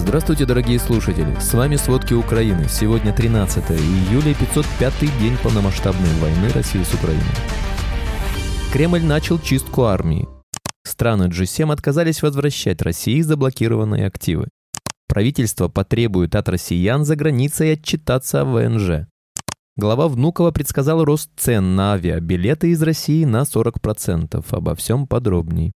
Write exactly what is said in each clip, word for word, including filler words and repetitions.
Здравствуйте, дорогие слушатели! С вами «Сводки Украины». Сегодня тринадцатое июля, пятьсот пятый день полномасштабной войны России с Украиной. Кремль начал чистку армии. Страны джи семь отказались возвращать России заблокированные активы. Правительство потребует от россиян за границей отчитаться о вэ эн жэ. Глава Внуково предсказал рост цен на авиабилеты из России на сорок процентов. Обо всем подробней.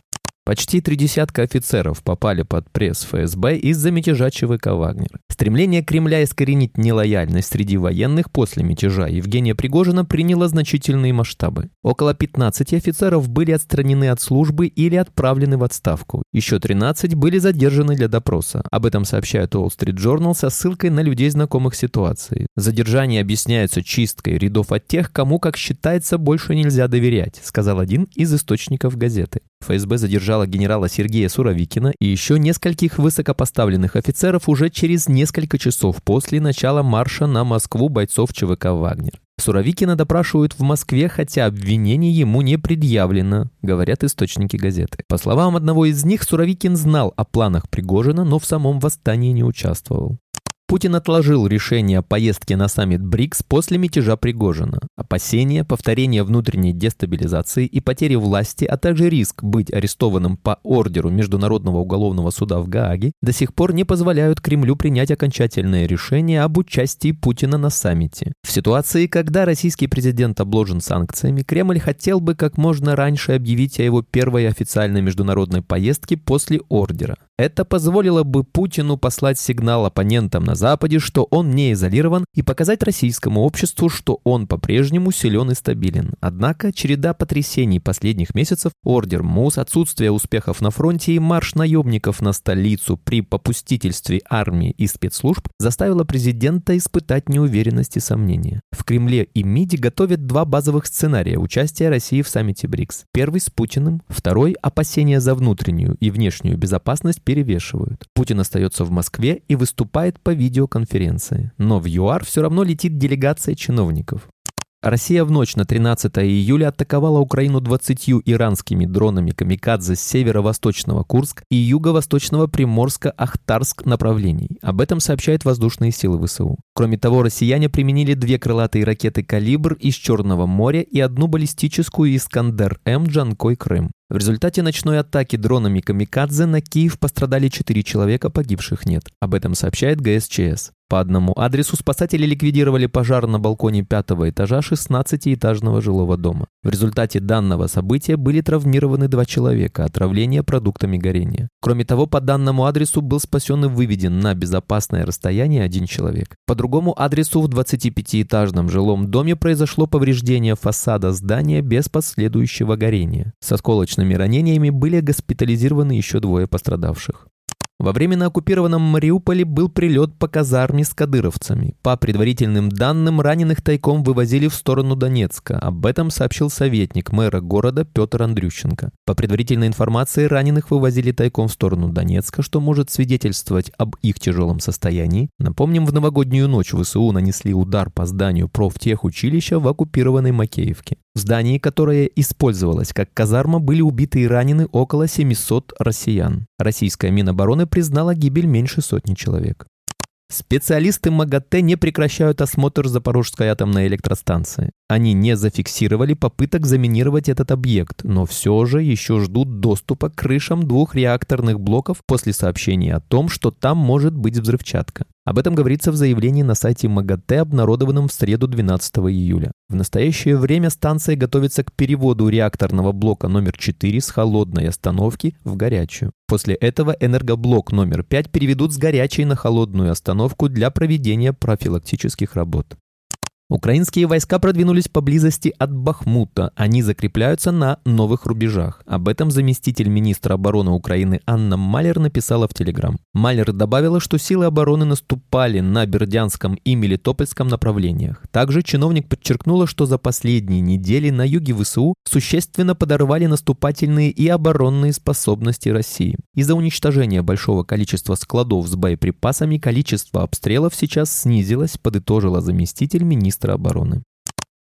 Почти три десятка офицеров попали под пресс эф эс бэ из-за мятежа че вэ ка «Вагнер». Стремление Кремля искоренить нелояльность среди военных после мятежа Евгения Пригожина приняло значительные масштабы. Около пятнадцати офицеров были отстранены от службы или отправлены в отставку. Еще тринадцать были задержаны для допроса. Об этом сообщает Wall Street Journal со ссылкой на людей, знакомых с ситуацией. Задержания объясняются чисткой рядов от тех, кому, как считается, больше нельзя доверять, сказал один из источников газеты. эф эс бэ задержала генерала Сергея Суровикина и еще нескольких высокопоставленных офицеров уже через несколько часов после начала марша на Москву бойцов че вэ ка «Вагнер». Суровикина допрашивают в Москве, хотя обвинение ему не предъявлено, говорят источники газеты. По словам одного из них, Суровикин знал о планах Пригожина, но в самом восстании не участвовал. Путин отложил решение о поездке на саммит БРИКС после мятежа Пригожина. Опасения, повторения внутренней дестабилизации и потери власти, а также риск быть арестованным по ордеру Международного уголовного суда в Гааге до сих пор не позволяют Кремлю принять окончательное решение об участии Путина на саммите. В ситуации, когда российский президент обложен санкциями, Кремль хотел бы как можно раньше объявить о его первой официальной международной поездке после ордера. Это позволило бы Путину послать сигнал оппонентам на Западе, что он не изолирован, и показать российскому обществу, что он по-прежнему силен и стабилен. Однако череда потрясений последних месяцев, ордер МОЗ, отсутствие успехов на фронте и марш наемников на столицу при попустительстве армии и спецслужб заставила президента испытать неуверенность и сомнения. В Кремле и МИДе готовят два базовых сценария участия России в саммите БРИКС. Первый с Путиным, второй – опасения за внутреннюю и внешнюю безопасность перевешивают. Путин остается в Москве и выступает по видеоконференции. Но в ЮАР все равно летит делегация чиновников. Россия в ночь на тринадцатое июля атаковала Украину двадцатью иранскими дронами «Камикадзе» с северо-восточного Курск и юго-восточного Приморско-Ахтарск направлений. Об этом сообщают воздушные силы вэ эс у. Кроме того, россияне применили две крылатые ракеты «Калибр» из Черного моря и одну баллистическую «Искандер-М» Джанкой-Крым. В результате ночной атаки дронами «Камикадзе» на Киев пострадали четыре человека, погибших нет. Об этом сообщает гэ эс че эс. По одному адресу спасатели ликвидировали пожар на балконе пятого этажа шестнадцатиэтажного жилого дома. В результате данного события были травмированы два человека, отравление продуктами горения. Кроме того, по данному адресу был спасен и выведен на безопасное расстояние один человек. По другому адресу в двадцатипятиэтажном жилом доме произошло повреждение фасада здания без последующего горения. С осколочными ранениями были госпитализированы еще двое пострадавших. Во временно оккупированном Мариуполе был прилет по казарме с кадыровцами. По предварительным данным, раненых тайком вывозили в сторону Донецка. Об этом сообщил советник мэра города Петр Андрющенко. По предварительной информации, раненых вывозили тайком в сторону Донецка, что может свидетельствовать об их тяжелом состоянии. Напомним, в новогоднюю ночь вэ эс у нанесли удар по зданию профтехучилища в оккупированной Макеевке. В здании, которое использовалось как казарма, были убиты и ранены около семисот россиян. Российская Минобороны признала гибель меньше сотни человек. Специалисты МАГАТЭ не прекращают осмотр Запорожской атомной электростанции. Они не зафиксировали попыток заминировать этот объект, но все же еще ждут доступа к крышам двух реакторных блоков после сообщения о том, что там может быть взрывчатка. Об этом говорится в заявлении на сайте МАГАТЭ, обнародованном в среду двенадцатого июля. В настоящее время станция готовится к переводу реакторного блока номер четыре с холодной остановки в горячую. После этого энергоблок номер пять переведут с горячей на холодную остановку для проведения профилактических работ. Украинские войска продвинулись поблизости от Бахмута. Они закрепляются на новых рубежах. Об этом заместитель министра обороны Украины Анна Малер написала в Телеграм. Малер добавила, что силы обороны наступали на Бердянском и Мелитопольском направлениях. Также чиновник подчеркнула, что за последние недели на юге вэ эс у существенно подорвали наступательные и оборонные способности России. Из-за уничтожения большого количества складов с боеприпасами количество обстрелов сейчас снизилось, подытожила заместитель министра обороны.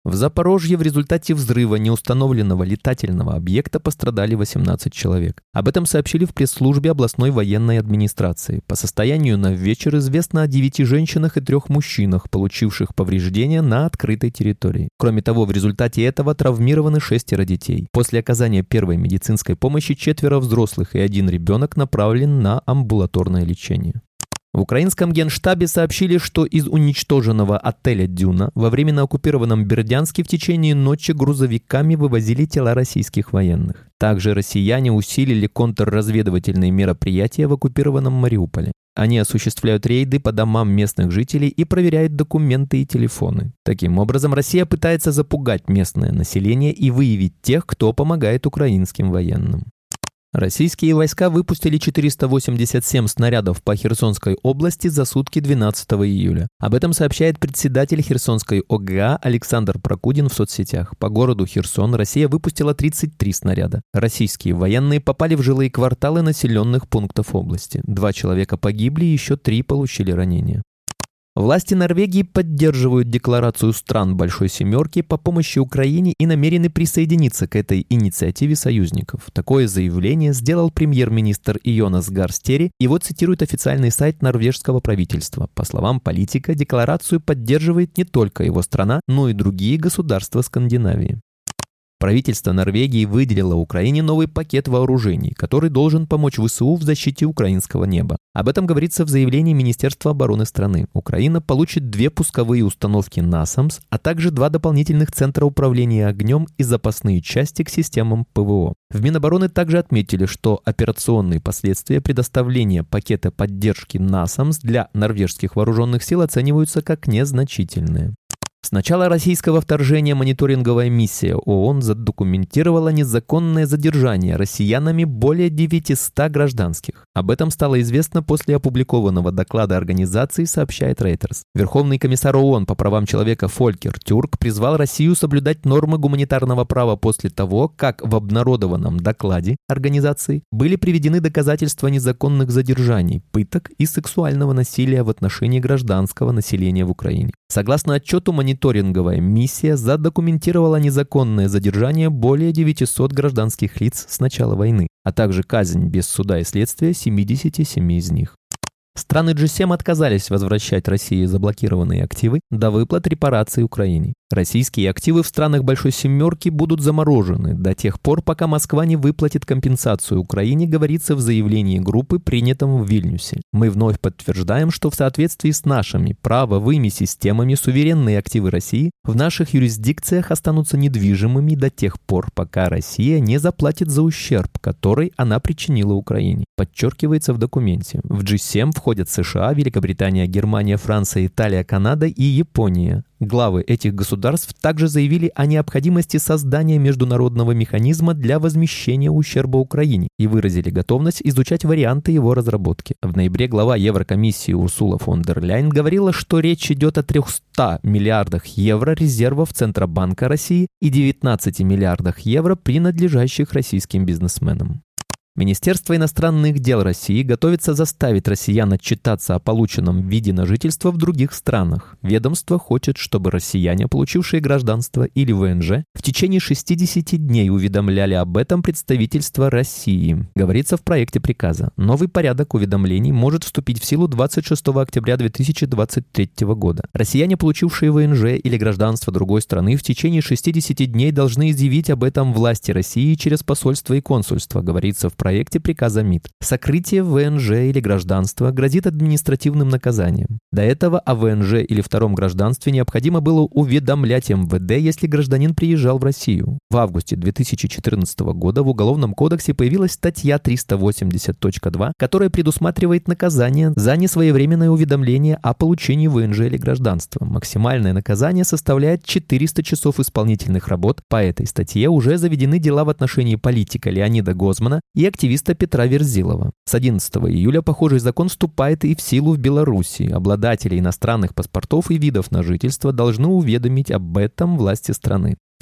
В Запорожье в результате взрыва неустановленного летательного объекта пострадали восемнадцать человек. Об этом сообщили в пресс-службе областной военной администрации. По состоянию на вечер известно о девяти женщинах и трех мужчинах, получивших повреждения на открытой территории. Кроме того, в результате этого травмированы шестеро детей. После оказания первой медицинской помощи четверо взрослых и один ребенок направлен на амбулаторное лечение. В украинском генштабе сообщили, что из уничтоженного отеля «Дюна» во временно оккупированном Бердянске в течение ночи грузовиками вывозили тела российских военных. Также россияне усилили контрразведывательные мероприятия в оккупированном Мариуполе. Они осуществляют рейды по домам местных жителей и проверяют документы и телефоны. Таким образом, Россия пытается запугать местное население и выявить тех, кто помогает украинским военным. Российские войска выпустили четыреста восемьдесят семь снарядов по Херсонской области за сутки двенадцатого июля. Об этом сообщает председатель Херсонской ОГА Александр Прокудин в соцсетях. По городу Херсон Россия выпустила тридцать три снаряда. Российские военные попали в жилые кварталы населенных пунктов области. Два человека погибли, еще три получили ранения. Власти Норвегии поддерживают декларацию стран Большой Семерки по помощи Украине и намерены присоединиться к этой инициативе союзников. Такое заявление сделал премьер-министр Йонас Гар Стери. Его цитирует официальный сайт норвежского правительства. По словам политика, декларацию поддерживает не только его страна, но и другие государства Скандинавии. Правительство Норвегии выделило Украине новый пакет вооружений, который должен помочь ВСУ в защите украинского неба. Об этом говорится в заявлении Министерства обороны страны. Украина получит две пусковые установки «Насамс», а также два дополнительных центра управления огнем и запасные части к системам ПВО. В Минобороны также отметили, что операционные последствия предоставления пакета поддержки «Насамс» для норвежских вооруженных сил оцениваются как незначительные. С начала российского вторжения мониторинговая миссия ООН задокументировала незаконное задержание россиянами более девятисот гражданских. Об этом стало известно после опубликованного доклада организации, сообщает Reuters. Верховный комиссар ООН по правам человека Фолькер Тюрк призвал Россию соблюдать нормы гуманитарного права после того, как в обнародованном докладе организации были приведены доказательства незаконных задержаний, пыток и сексуального насилия в отношении гражданского населения в Украине. Согласно отчету, мониторинговая миссия задокументировала незаконное задержание более девятисот гражданских лиц с начала войны, а также казнь без суда и следствия семидесяти семи из них. Страны джи семь отказались возвращать России заблокированные активы до выплат репараций Украине. Российские активы в странах Большой Семерки будут заморожены до тех пор, пока Москва не выплатит компенсацию Украине, говорится в заявлении группы, принятом в Вильнюсе. Мы вновь подтверждаем, что в соответствии с нашими правовыми системами суверенные активы России в наших юрисдикциях останутся недвижимыми до тех пор, пока Россия не заплатит за ущерб, который она причинила Украине, подчеркивается в документе. В джи семь входят США, Великобритания, Германия, Франция, Италия, Канада и Япония. Главы этих государств также заявили о необходимости создания международного механизма для возмещения ущерба Украине и выразили готовность изучать варианты его разработки. В ноябре глава Еврокомиссии Урсула фон дер Ляйен говорила, что речь идет о трехстах миллиардах евро резервов Центробанка России и девятнадцати миллиардах евро, принадлежащих российским бизнесменам. Министерство иностранных дел России готовится заставить россиян отчитаться о полученном виде на жительство в других странах. Ведомство хочет, чтобы россияне, получившие гражданство или вэ эн жэ, в течение шестидесяти дней уведомляли об этом представительство России. Говорится в проекте приказа. Новый порядок уведомлений может вступить в силу двадцать шестого октября две тысячи двадцать третьего года. Россияне, получившие вэ эн жэ или гражданство другой страны, в течение шестидесяти дней должны изъявить об этом власти России через посольство и консульство, говорится в проекте приказа МИД. Сокрытие вэ эн жэ или гражданства грозит административным наказанием. До этого о вэ эн жэ или втором гражданстве необходимо было уведомлять эм вэ дэ, если гражданин приезжал в Россию. В августе две тысячи четырнадцатого года в Уголовном кодексе появилась статья триста восемьдесят точка два, которая предусматривает наказание за несвоевременное уведомление о получении вэ эн жэ или гражданства. Максимальное наказание составляет четыреста часов исполнительных работ. По этой статье уже заведены дела в отношении политика Леонида Гозмана и активиста Петра Верзилова. С одиннадцатого июля похожий закон вступает и в силу в Беларуси. Обладатели иностранных паспортов и видов на жительство должны уведомить об этом власти страны.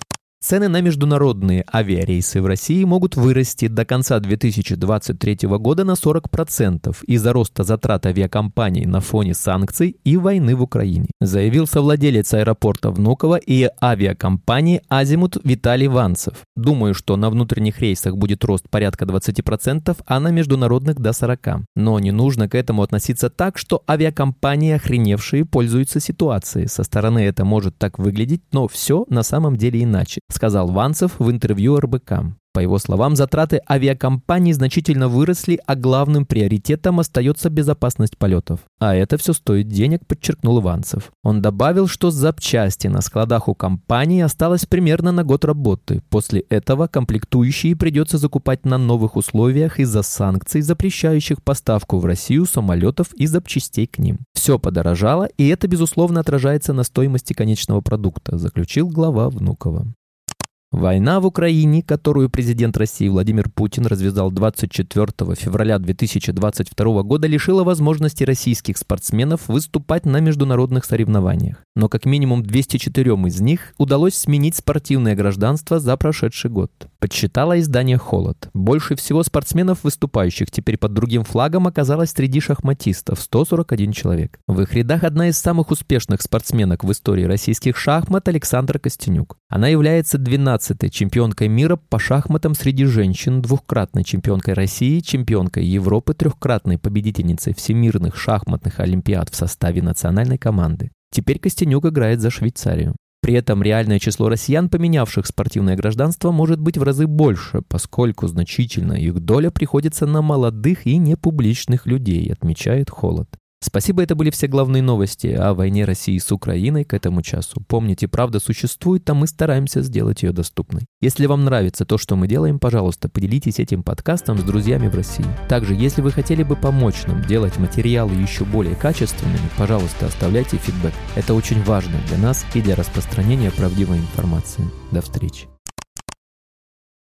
Цены на международные авиарейсы в России могут вырасти до конца две тысячи двадцать третьего года на сорок процентов из-за роста затрат авиакомпаний на фоне санкций и войны в Украине, заявил совладелец аэропорта Внуково и авиакомпании «Азимут» Виталий Ванцев. Думаю, что на внутренних рейсах будет рост порядка двадцать процентов, а на международных до сорока процентов. Но не нужно к этому относиться так, что авиакомпании охреневшие пользуются ситуацией. Со стороны это может так выглядеть, но все на самом деле иначе, сказал Ванцев в интервью эр бэ ка. По его словам, затраты авиакомпаний значительно выросли, а главным приоритетом остается безопасность полетов. А это все стоит денег, подчеркнул Ванцев. Он добавил, что запчасти на складах у компании осталось примерно на год работы. После этого комплектующие придется закупать на новых условиях из-за санкций, запрещающих поставку в Россию самолетов и запчастей к ним. Все подорожало, и это, безусловно, отражается на стоимости конечного продукта, заключил глава Внуково. Война в Украине, которую президент России Владимир Путин развязал двадцать четвёртого февраля две тысячи двадцать второго года, лишила возможности российских спортсменов выступать на международных соревнованиях. Но как минимум двумстам четырем из них удалось сменить спортивное гражданство за прошедший год. Подсчитало издание «Холод». Больше всего спортсменов, выступающих теперь под другим флагом, оказалось среди шахматистов – сто сорок один человек. В их рядах одна из самых успешных спортсменок в истории российских шахмат – Александра Костенюк. Она является двенадцатой чемпионкой мира по шахматам среди женщин, двукратной чемпионкой России, чемпионкой Европы, трехкратной победительницей всемирных шахматных олимпиад в составе национальной команды. Теперь Костенюк играет за Швейцарию. При этом реальное число россиян, поменявших спортивное гражданство, может быть в разы больше, поскольку значительно их доля приходится на молодых и непубличных людей, отмечает «Холод». Спасибо, это были все главные новости о войне России с Украиной к этому часу. Помните, правда существует, а мы стараемся сделать ее доступной. Если вам нравится то, что мы делаем, пожалуйста, поделитесь этим подкастом с друзьями в России. Также, если вы хотели бы помочь нам делать материалы еще более качественными, пожалуйста, оставляйте фидбэк. Это очень важно для нас и для распространения правдивой информации. До встречи.